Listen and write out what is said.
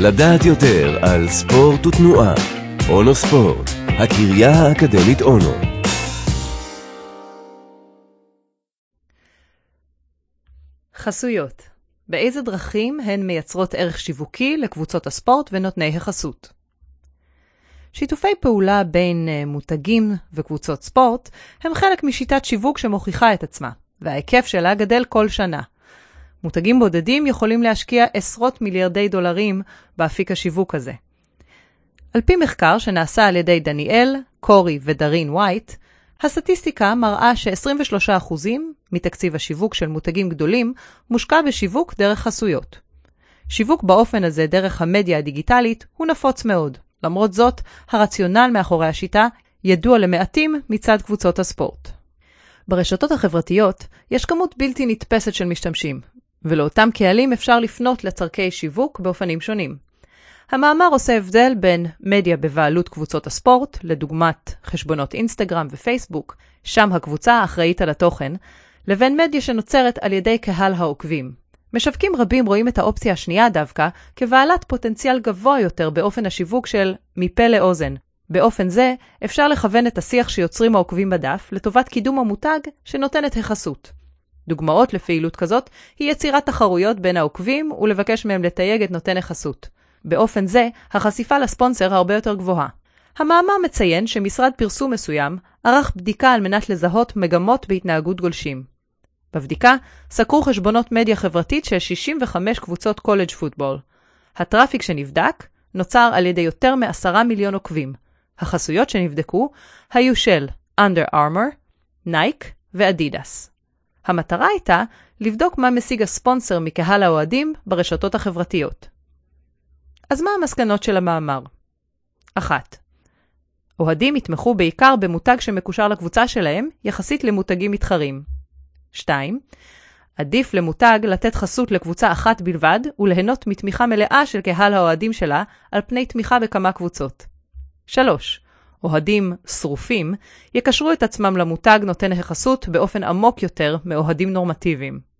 לדעת יותר על ספורט ותנועה. אונו ספורט, הקריה האקדמית אונו. חסויות. באיזה דרכים הן מייצרות ערך שיווקי לקבוצות הספורט ונותני החסות? שיתופי פעולה בין מותגים וקבוצות ספורט הם חלק משיטת שיווק שמוכיחה את עצמה, וההיקף שלה גדל כל שנה. מותגים בודדים יכולים להשקיע עשרות מיליארדי דולרים באפיק השיווק הזה. על פי מחקר שנעשה על ידי דניאל, קורי ודרין ווייט, הסטטיסטיקה מראה ש23% מתקציב השיווק של מותגים גדולים מושקע בשיווק דרך חסויות. שיווק באופן הזה דרך המדיה הדיגיטלית הוא נפוץ מאוד. למרות זאת, הרציונל מאחורי השיטה ידוע למעטים מצד קבוצות הספורט. ברשתות החברתיות יש כמות בלתי נתפסת של משתמשים, ולאותם קהלים אפשר לפנות לצרכי שיווק באופנים שונים. המאמר עושה הבדל בין מדיה בבעלות קבוצות הספורט, לדוגמת חשבונות אינסטגרם ופייסבוק, שם הקבוצה אחראית על התוכן, לבין מדיה שנוצרת על ידי קהל העוקבים. משווקים רבים רואים את האופציה השנייה דווקא כבעלת פוטנציאל גבוה יותר באופן השיווק של מפה לאוזן. באופן זה אפשר לכוון את השיח שיוצרים העוקבים בדף לטובת קידום המותג שנותן את החסות. דוגמאות לפעילות כזאת היא יצירת תחרויות בין העוקבים ולבקש מהם לתייג את נותן החסות. באופן זה החשיפה לספונסר הרבה יותר גבוהה. המאמר מציין שמשרד פרסום מסוים ערך בדיקה על מנת לזהות מגמות בהתנהגות גולשים. בבדיקה סקרו חשבונות מדיה חברתית של 65 קבוצות קולג' פוטבול. הטראפיק שנבדק נוצר על ידי יותר מ10 מיליון עוקבים. החסויות שנבדקו היו של Under Armour, נייק ואדידס. המטרה הייתה לבדוק מה משיג הספונסר מקהל האוהדים ברשתות החברתיות. אז מה המסקנות של המאמר? 1. אוהדים יתמכו בעיקר במותג שמקושר לקבוצה שלהם יחסית למותגים מתחרים. 2. עדיף למותג לתת חסות לקבוצה אחת בלבד וליהנות מתמיכה מלאה של קהל האוהדים שלה על פני תמיכה בכמה קבוצות. 3. אוהדים שרופים יקשרו את עצמם למותג נותן החסות באופן עמוק יותר מאוהדים נורמטיביים.